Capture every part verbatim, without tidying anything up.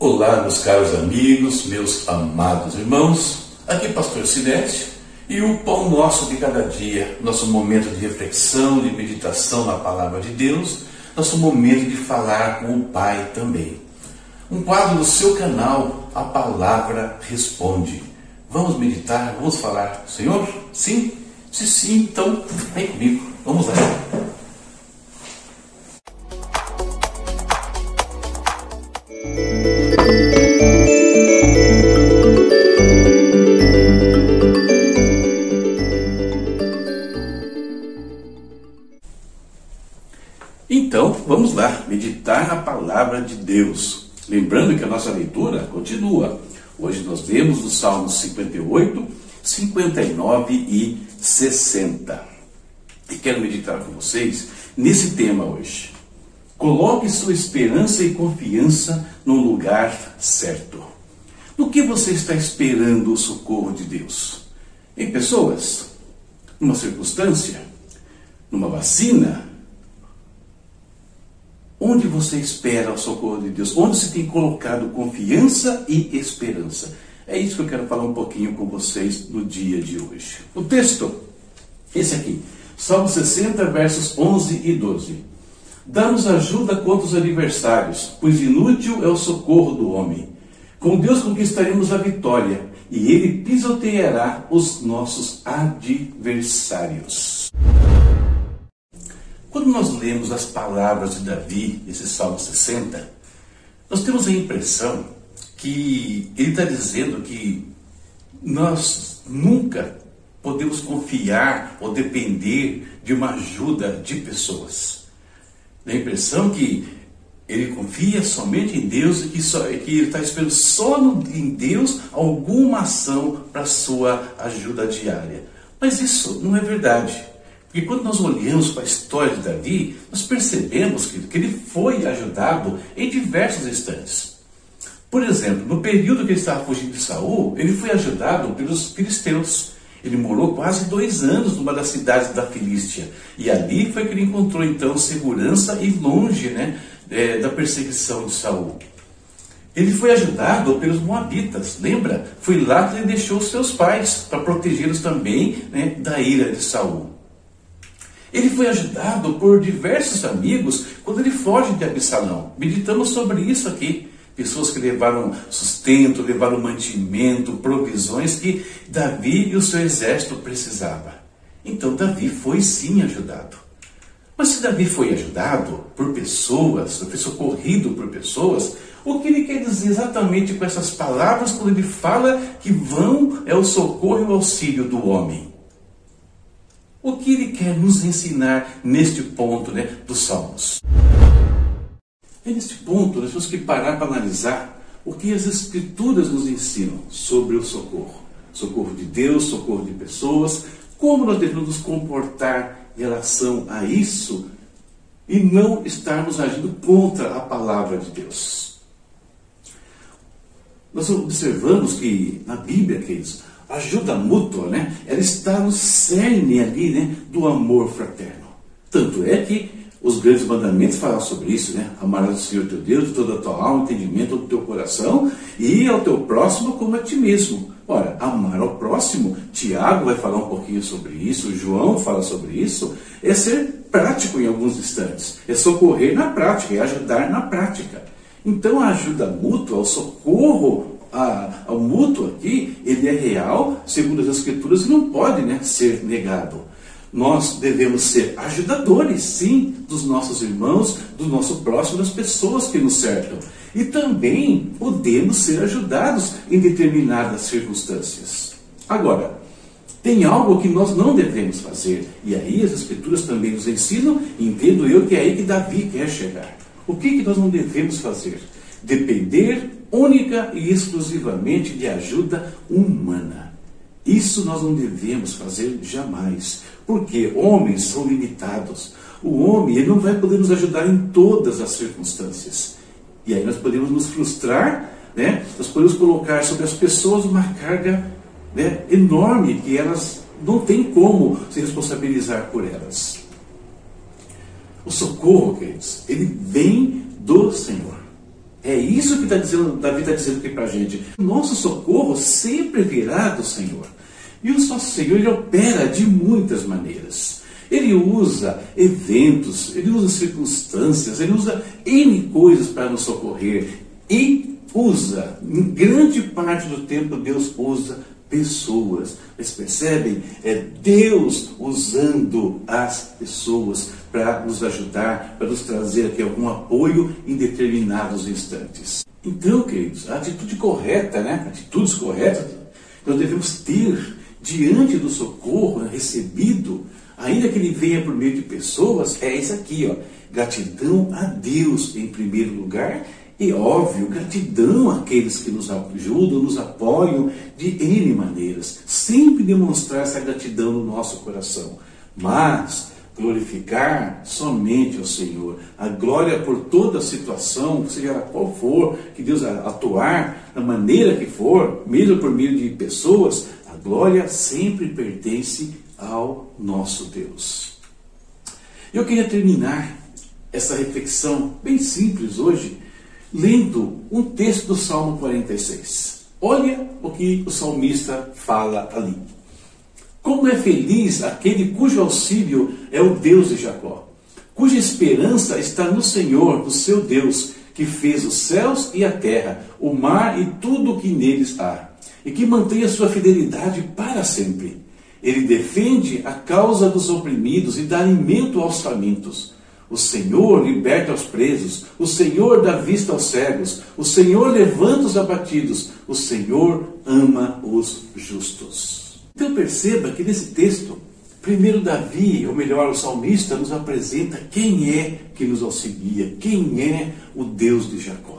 Olá, meus caros amigos, meus amados irmãos, aqui é Pastor Sinete e o Pão Nosso de Cada Dia, nosso momento de reflexão, de meditação na Palavra de Deus, nosso momento de falar com o Pai também. Um quadro do seu canal, A Palavra Responde. Vamos meditar, vamos falar, Senhor? Sim? Se sim, então vem comigo, vamos lá. Então, vamos lá, meditar na Palavra de Deus. Lembrando que a nossa leitura continua. Hoje nós lemos os Salmos cinquenta e oito, cinquenta e nove e sessenta. E quero meditar com vocês nesse tema hoje. Coloque sua esperança e confiança no lugar certo. No que você está esperando o socorro de Deus? Em pessoas? Numa circunstância? Numa vacina? Onde você espera o socorro de Deus? Onde você tem colocado confiança e esperança? É isso que eu quero falar um pouquinho com vocês no dia de hoje. O texto, esse aqui, Salmo sessenta, versos onze e doze. Dá-nos ajuda contra os adversários, pois inútil é o socorro do homem. Com Deus conquistaremos a vitória, e Ele pisoteará os nossos adversários. Quando nós lemos as palavras de Davi, esse Salmo sessenta, nós temos a impressão que ele está dizendo que nós nunca podemos confiar ou depender de uma ajuda de pessoas. Dá a impressão que ele confia somente em Deus e que, só, que ele está esperando só no, em Deus alguma ação para a sua ajuda diária. Mas isso não é verdade. Porque quando nós olhamos para a história de Davi, nós percebemos que, que ele foi ajudado em diversos instantes. Por exemplo, no período que ele estava fugindo de Saul, ele foi ajudado pelos filisteus. Ele morou quase dois anos numa das cidades da Filístia. E ali foi que ele encontrou então segurança e longe né, é, da perseguição de Saul. Ele foi ajudado pelos moabitas, lembra? Foi lá que ele deixou os seus pais, para protegê-los também né, da ira de Saul. Ele foi ajudado por diversos amigos quando ele foge de Absalão. Meditamos sobre isso aqui. Pessoas que levaram sustento, levaram mantimento, provisões que Davi e o seu exército precisavam. Então Davi foi sim ajudado. Mas se Davi foi ajudado por pessoas, foi socorrido por pessoas, o que ele quer dizer exatamente com essas palavras quando ele fala que vão é o socorro e o auxílio do homem? O que ele quer nos ensinar neste ponto né, dos Salmos? É neste ponto nós temos que parar para analisar o que as Escrituras nos ensinam sobre o socorro. Socorro de Deus, socorro de pessoas, como nós devemos nos comportar em relação a isso e não estarmos agindo contra a palavra de Deus. Nós observamos que na Bíblia, queridos, a ajuda mútua, né, ela está no cerne ali, né, do amor fraterno. Tanto é que os grandes mandamentos falam sobre isso, né? Amarás o Senhor teu Deus de toda a tua alma, entendimento do teu coração e ao teu próximo como a ti mesmo. Ora, amar ao próximo, Tiago vai falar um pouquinho sobre isso, João fala sobre isso, é ser prático em alguns instantes, é socorrer na prática, é ajudar na prática. Então a ajuda mútua, o socorro A, ao mútuo aqui, ele é real, segundo as Escrituras, e não pode né, ser negado. Nós devemos ser ajudadores, sim, dos nossos irmãos, do nosso próximo, das pessoas que nos cercam. E também podemos ser ajudados em determinadas circunstâncias. Agora, tem algo que nós não devemos fazer, e aí as Escrituras também nos ensinam, entendo eu que é aí que Davi quer chegar. O que, que nós não devemos fazer? Depender única e exclusivamente de ajuda humana. Isso nós não devemos fazer jamais, porque homens são limitados. O homem ele não vai poder nos ajudar em todas as circunstâncias. E aí nós podemos nos frustrar, né? Nós podemos colocar sobre as pessoas uma carga né, enorme que elas não têm como se responsabilizar por elas. O socorro, queridos, ele vem do Senhor. É isso que tá dizendo, Davi está dizendo aqui para a gente. Nosso socorro sempre virá do Senhor. E o nosso Senhor, Ele opera de muitas maneiras. Ele usa eventos, Ele usa circunstâncias, Ele usa N coisas para nos socorrer. E usa, em grande parte do tempo, Deus usa pessoas. Vocês percebem? É Deus usando as pessoas para nos ajudar, para nos trazer aqui algum apoio em determinados instantes. Então, queridos, a atitude correta, né? Atitudes corretas, nós devemos ter diante do socorro recebido, ainda que ele venha por meio de pessoas, é isso aqui, ó. Gratidão a Deus em primeiro lugar. E óbvio, gratidão àqueles que nos ajudam, nos apoiam de N maneiras. Sempre demonstrar essa gratidão no nosso coração. Mas glorificar somente ao Senhor. A glória por toda a situação, seja qual for, que Deus atuar da maneira que for, mesmo por meio de pessoas, a glória sempre pertence ao nosso Deus. Eu queria terminar essa reflexão bem simples hoje, lendo um texto do Salmo quarenta e seis. Olha o que o salmista fala ali. Como é feliz aquele cujo auxílio é o Deus de Jacó, cuja esperança está no Senhor, o seu Deus, que fez os céus e a terra, o mar e tudo o que neles há, e que mantém a sua fidelidade para sempre. Ele defende a causa dos oprimidos e dá alimento aos famintos. O Senhor liberta os presos, o Senhor dá vista aos cegos, o Senhor levanta os abatidos, o Senhor ama os justos. Então perceba que nesse texto, primeiro Davi, ou melhor, o salmista, nos apresenta quem é que nos auxilia, quem é o Deus de Jacó.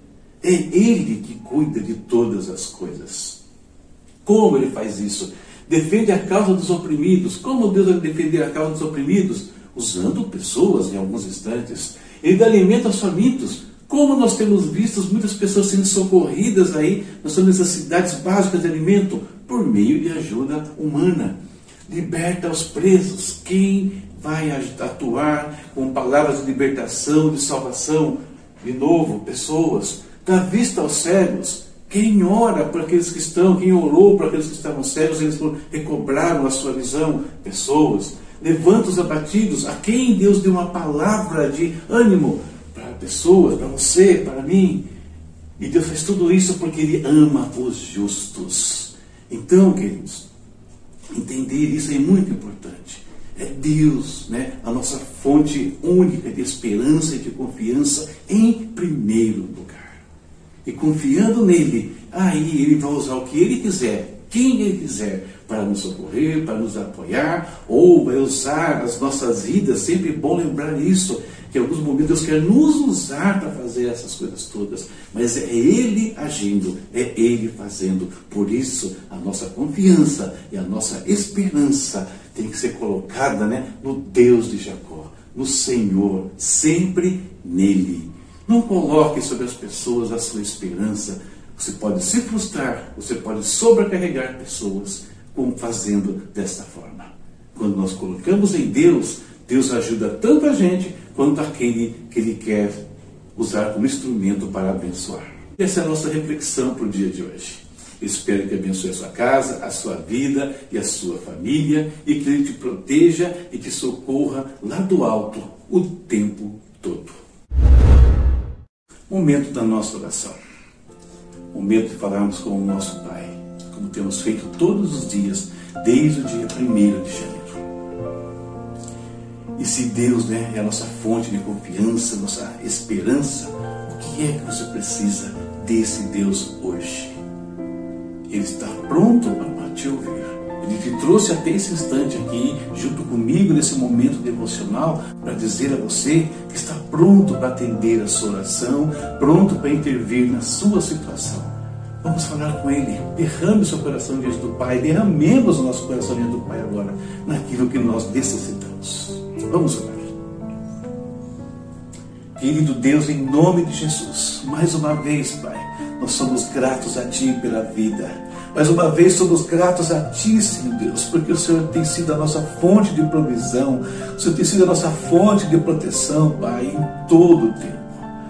É Ele que cuida de todas as coisas. Como Ele faz isso? Defende a causa dos oprimidos. Como Deus vai defender a causa dos oprimidos? Usando pessoas em alguns instantes. Ele dá alimento aos famintos. Como nós temos visto muitas pessoas sendo socorridas aí nas suas necessidades básicas de alimento, por meio de ajuda humana. Liberta os presos. Quem vai atuar com palavras de libertação, de salvação? De novo, pessoas. Dá vista aos cegos. Quem ora por aqueles que estão, quem orou por aqueles que estavam cegos, eles recobraram a sua visão? Pessoas. Levanta os abatidos. A quem Deus deu uma palavra de ânimo? Para pessoas, para você, para mim. E Deus faz tudo isso porque Ele ama os justos. Então, queridos, entender isso é muito importante. É Deus, né, a nossa fonte única de esperança e de confiança em primeiro lugar. E confiando nele, aí Ele vai usar o que Ele quiser, quem Ele quiser, para nos socorrer, para nos apoiar, ou vai usar as nossas vidas. Sempre é bom lembrar isso, que em alguns momentos Deus quer nos usar para fazer essas coisas todas, mas é Ele agindo, é Ele fazendo. Por isso, a nossa confiança e a nossa esperança tem que ser colocada, né, no Deus de Jacó, no Senhor, sempre nele. Não coloque sobre as pessoas a sua esperança. Você pode se frustrar, você pode sobrecarregar pessoas como fazendo desta forma. Quando nós colocamos em Deus, Deus ajuda tanto a gente quanto aquele que Ele quer usar como instrumento para abençoar. Essa é a nossa reflexão para o dia de hoje. Eu espero que abençoe a sua casa, a sua vida e a sua família, e que Ele te proteja e te socorra lá do alto o tempo todo. Momento da nossa oração. Momento de falarmos com o nosso Pai, como temos feito todos os dias, desde o dia primeiro de janeiro. E se Deus, né, é a nossa fonte de confiança, nossa esperança, o que é que você precisa desse Deus hoje? Ele está pronto para te ouvir. Ele te trouxe até esse instante aqui, junto comigo, nesse momento devocional, para dizer a você que está pronto para atender a sua oração, pronto para intervir na sua situação. Vamos falar com Ele. Derrame o seu coração diante do Pai. Derramemos o nosso coração diante do Pai agora, naquilo que nós necessitamos. Vamos orar. Querido Deus, em nome de Jesus, mais uma vez, Pai, nós somos gratos a Ti pela vida. Mais uma vez somos gratos a Ti, Senhor Deus, porque o Senhor tem sido a nossa fonte de provisão, o Senhor tem sido a nossa fonte de proteção, Pai, em todo o tempo.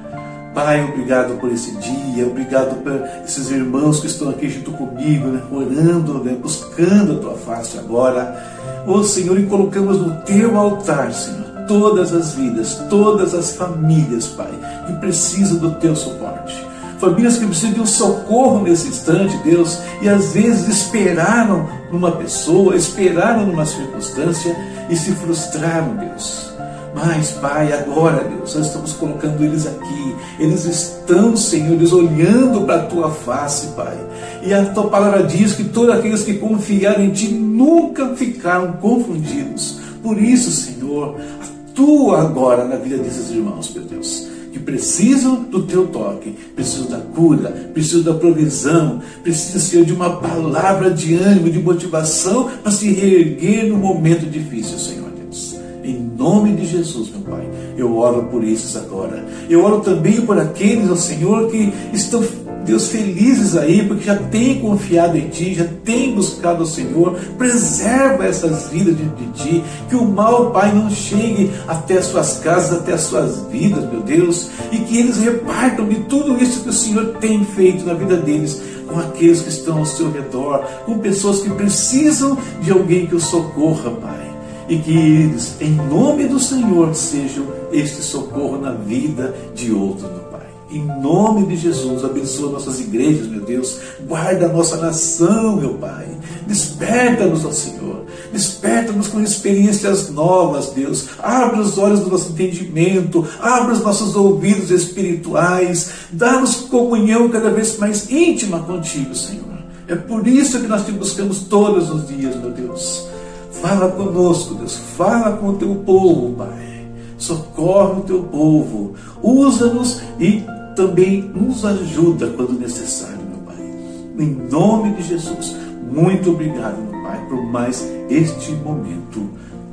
Pai, obrigado por esse dia, obrigado por esses irmãos que estão aqui junto comigo, né, orando, né, buscando a Tua face agora. Ô Senhor, e colocamos no Teu altar, Senhor, todas as vidas, todas as famílias, Pai, que precisam do Teu suporte. Famílias que precisam de um socorro nesse instante, Deus, e às vezes esperaram numa pessoa, esperaram numa circunstância e se frustraram, Deus. Mas, Pai, agora, Deus, nós estamos colocando eles aqui. Eles estão, Senhor, eles olhando para a Tua face, Pai. E a Tua palavra diz que todos aqueles que confiaram em Ti nunca ficaram confundidos. Por isso, Senhor, atua agora na vida desses irmãos, meu Deus, que precisam do Teu toque, precisam da cura, precisam da provisão, precisam, Senhor, de uma palavra de ânimo, de motivação para se reerguer no momento difícil, Senhor Deus. Em nome de Jesus, meu Pai, eu oro por esses agora. Eu oro também por aqueles, ó Senhor, que estão, Deus, felizes aí, porque já têm confiado em Ti, já têm buscado o Senhor. Preserva essas vidas de, de Ti, que o mal, Pai, não chegue até as suas casas, até as suas vidas, meu Deus, e que eles repartam de tudo isso que o Senhor tem feito na vida deles, com aqueles que estão ao seu redor, com pessoas que precisam de alguém que os socorra, Pai. E que eles, em nome do Senhor, sejam este socorro na vida de outros, meu Pai. Em nome de Jesus, abençoa nossas igrejas, meu Deus. Guarda a nossa nação, meu Pai. Desperta-nos, ó Senhor. Desperta-nos com experiências novas, Deus. Abre os olhos do nosso entendimento. Abre os nossos ouvidos espirituais. Dá-nos comunhão cada vez mais íntima contigo, Senhor. É por isso que nós te buscamos todos os dias, meu Deus. Fala conosco, Deus. Fala com o Teu povo, Pai. Socorre o Teu povo. Usa-nos e também nos ajuda quando necessário, meu Pai. Em nome de Jesus. Muito obrigado, meu Pai, por mais este momento.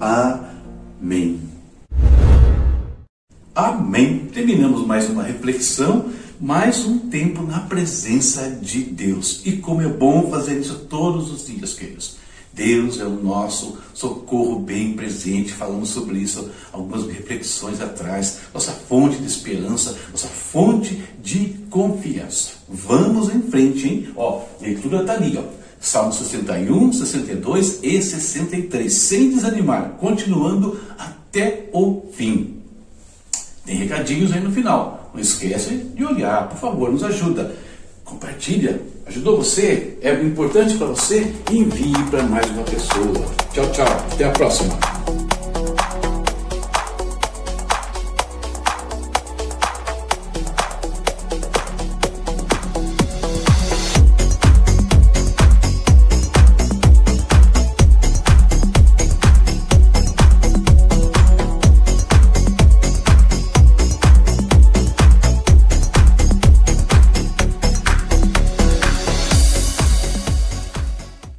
Amém. Amém. Terminamos mais uma reflexão, mais um tempo na presença de Deus. E como é bom fazer isso todos os dias, queridos. Deus é o nosso socorro bem presente. Falamos sobre isso algumas reflexões atrás. Nossa fonte de esperança, nossa fonte de confiança. Vamos em frente, hein? Ó, a leitura está ali, ó. Salmo sessenta e um, sessenta e dois e sessenta e três. Sem desanimar, continuando até o fim. Tem recadinhos aí no final. Não esquece de olhar, por favor, nos ajuda. Compartilha. Ajudou você? É importante para você? Envie para mais uma pessoa. Tchau, tchau. Até a próxima.